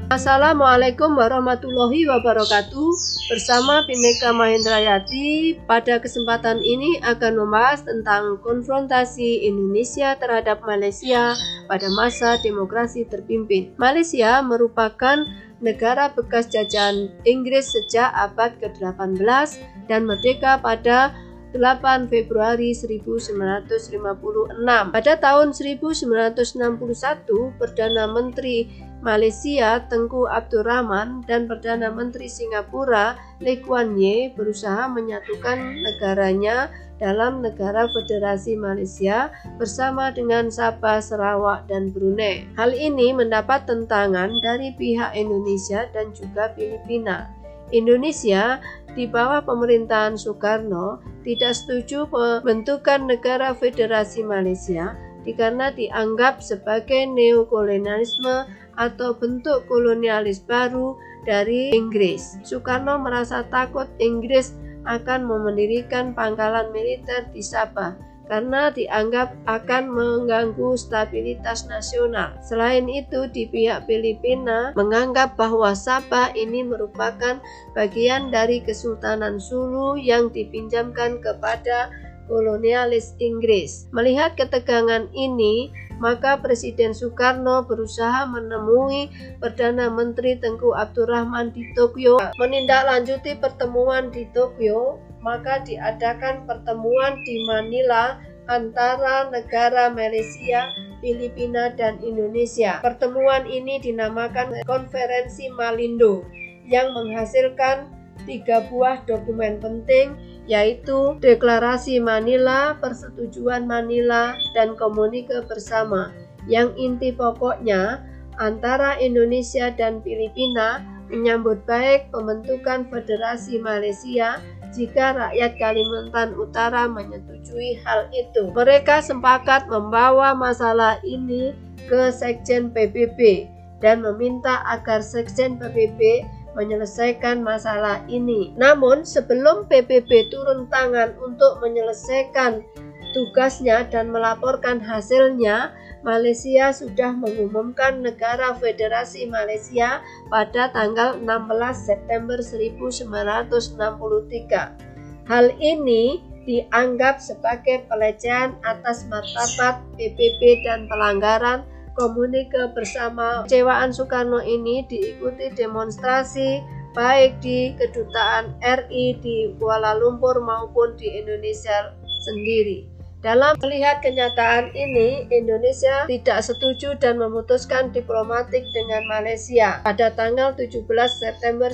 Assalamualaikum warahmatullahi wabarakatuh. Bersama Bhinneka Mahendrayati, pada kesempatan ini akan membahas tentang konfrontasi Indonesia terhadap Malaysia pada masa demokrasi terpimpin. Malaysia merupakan negara bekas jajahan Inggris sejak abad ke-18 dan merdeka pada 8 Februari 1956. Pada tahun 1961, Perdana Menteri Malaysia Tengku Abdul Rahman dan Perdana Menteri Singapura Lee Kuan Yew berusaha menyatukan negaranya dalam negara Federasi Malaysia bersama dengan Sabah, Sarawak, dan Brunei. Hal ini mendapat tentangan dari pihak Indonesia dan juga Filipina. Indonesia di bawah pemerintahan Soekarno tidak setuju pembentukan negara Federasi Malaysia karena dianggap sebagai neokolonialisme atau bentuk kolonialis baru dari Inggris. Soekarno merasa takut Inggris akan mendirikan pangkalan militer di Sabah karena dianggap akan mengganggu stabilitas nasional. Selain itu, di pihak Filipina menganggap bahwa Sabah ini merupakan bagian dari Kesultanan Sulu yang dipinjamkan kepada kolonialis Inggris. Melihat ketegangan ini, maka Presiden Soekarno berusaha menemui Perdana Menteri Tengku Abdul Rahman di Tokyo. Menindaklanjuti pertemuan di Tokyo, maka diadakan pertemuan di Manila antara negara Malaysia, Filipina, dan Indonesia. Pertemuan ini dinamakan Konferensi Malindo yang menghasilkan 3 buah dokumen penting, yaitu Deklarasi Manila, Persetujuan Manila, dan Komunike Bersama. Yang inti pokoknya antara Indonesia dan Filipina menyambut baik pembentukan Federasi Malaysia jika rakyat Kalimantan Utara menyetujui hal itu. Mereka sepakat membawa masalah ini ke Sekjen PBB dan meminta agar Sekjen PBB menyelesaikan masalah ini. Namun sebelum PBB turun tangan untuk menyelesaikan tugasnya dan melaporkan hasilnya, Malaysia sudah mengumumkan negara Federasi Malaysia pada tanggal 16 September 1963. Hal ini dianggap sebagai pelecehan atas martabat PBB dan pelanggaran Komunike Bersama. Kecewaan Soekarno ini diikuti demonstrasi baik di Kedutaan RI di Kuala Lumpur maupun di Indonesia sendiri. Dalam melihat kenyataan ini, Indonesia tidak setuju dan memutuskan diplomatik dengan Malaysia pada tanggal 17 September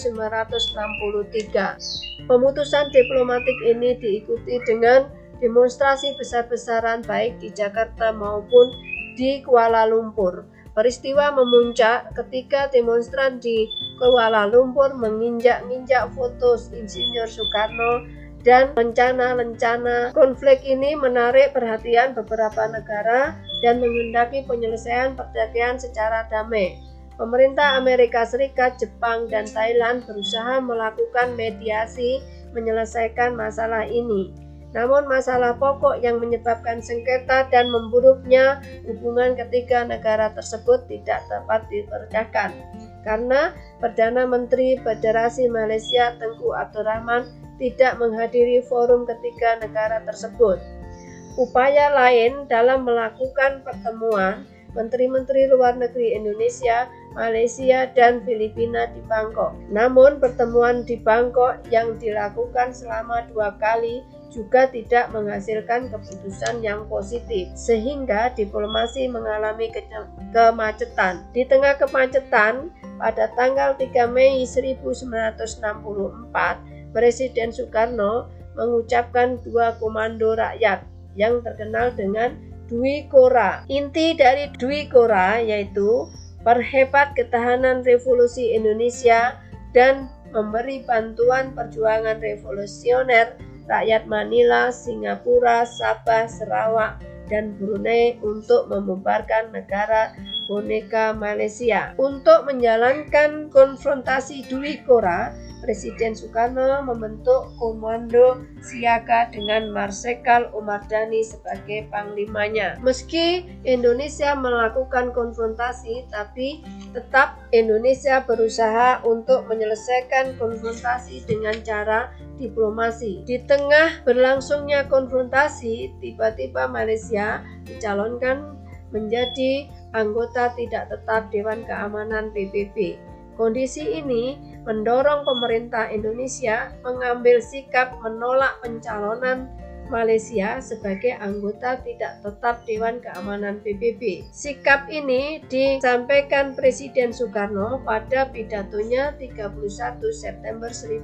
1963. Pemutusan diplomatik ini diikuti dengan demonstrasi besar-besaran baik di Jakarta maupun di Kuala Lumpur. Peristiwa memuncak ketika demonstran di Kuala Lumpur menginjak-injak foto Insinyur Soekarno, dan rencana konflik ini menarik perhatian beberapa negara dan menghendaki penyelesaian pertikaian secara damai. Pemerintah Amerika Serikat, Jepang, dan Thailand berusaha melakukan mediasi menyelesaikan masalah ini. Namun masalah pokok yang menyebabkan sengketa dan memburuknya hubungan ketiga negara tersebut tidak dapat dikerjakan karena Perdana Menteri Federasi Malaysia Tengku Abdul Rahman tidak menghadiri forum ketiga negara tersebut. Upaya lain dalam melakukan pertemuan Menteri-Menteri Luar Negeri Indonesia, Malaysia, dan Filipina di Bangkok. Namun pertemuan di Bangkok yang dilakukan selama 2 kali juga tidak menghasilkan keputusan yang positif, sehingga diplomasi mengalami kemacetan. Di tengah kemacetan, pada tanggal 3 Mei 1964, Presiden Soekarno mengucapkan 2 komando rakyat yang terkenal dengan Dwi Kora. Inti dari Dwi Kora yaitu perhebat ketahanan revolusi Indonesia dan memberi bantuan perjuangan revolusioner rakyat Manila, Singapura, Sabah, Sarawak, dan Brunei untuk membubarkan negara boneka Malaysia. Untuk menjalankan konfrontasi Dwi Kora, Presiden Soekarno membentuk Komando Siaga dengan Marsikal Umar Dhani sebagai panglimanya. Meski Indonesia melakukan konfrontasi, tapi tetap Indonesia berusaha untuk menyelesaikan konfrontasi dengan cara diplomasi. Di tengah berlangsungnya konfrontasi, tiba-tiba Malaysia dicalonkan menjadi anggota tidak tetap Dewan Keamanan PBB. Kondisi ini mendorong pemerintah Indonesia mengambil sikap menolak pencalonan Malaysia sebagai anggota tidak tetap Dewan Keamanan PBB. Sikap ini disampaikan Presiden Soekarno pada pidatonya 31 September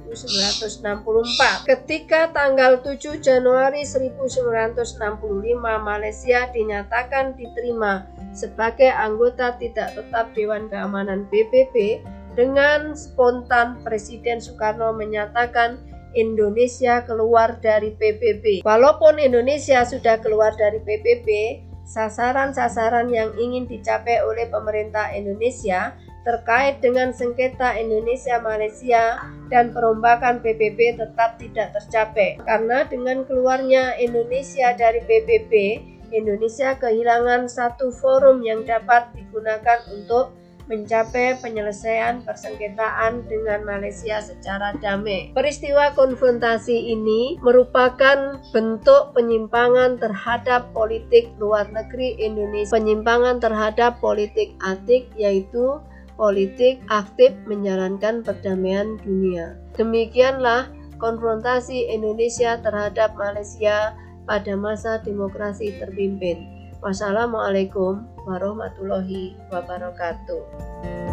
1964. Ketika tanggal 7 Januari 1965 Malaysia dinyatakan diterima sebagai anggota tidak tetap Dewan Keamanan PBB, dengan spontan Presiden Soekarno menyatakan Indonesia keluar dari PBB. Walaupun Indonesia sudah keluar dari PBB, sasaran-sasaran yang ingin dicapai oleh pemerintah Indonesia terkait dengan sengketa Indonesia-Malaysia dan perombakan PBB tetap tidak tercapai. Karena dengan keluarnya Indonesia dari PBB, Indonesia kehilangan satu forum yang dapat digunakan untuk mencapai penyelesaian persengketaan dengan Malaysia secara damai. Peristiwa konfrontasi ini merupakan bentuk penyimpangan terhadap politik luar negeri Indonesia, penyimpangan terhadap politik aktif, yaitu politik aktif menjalankan perdamaian dunia. Demikianlah konfrontasi Indonesia terhadap Malaysia pada masa demokrasi terpimpin. Wassalamualaikum warahmatullahi wabarakatuh.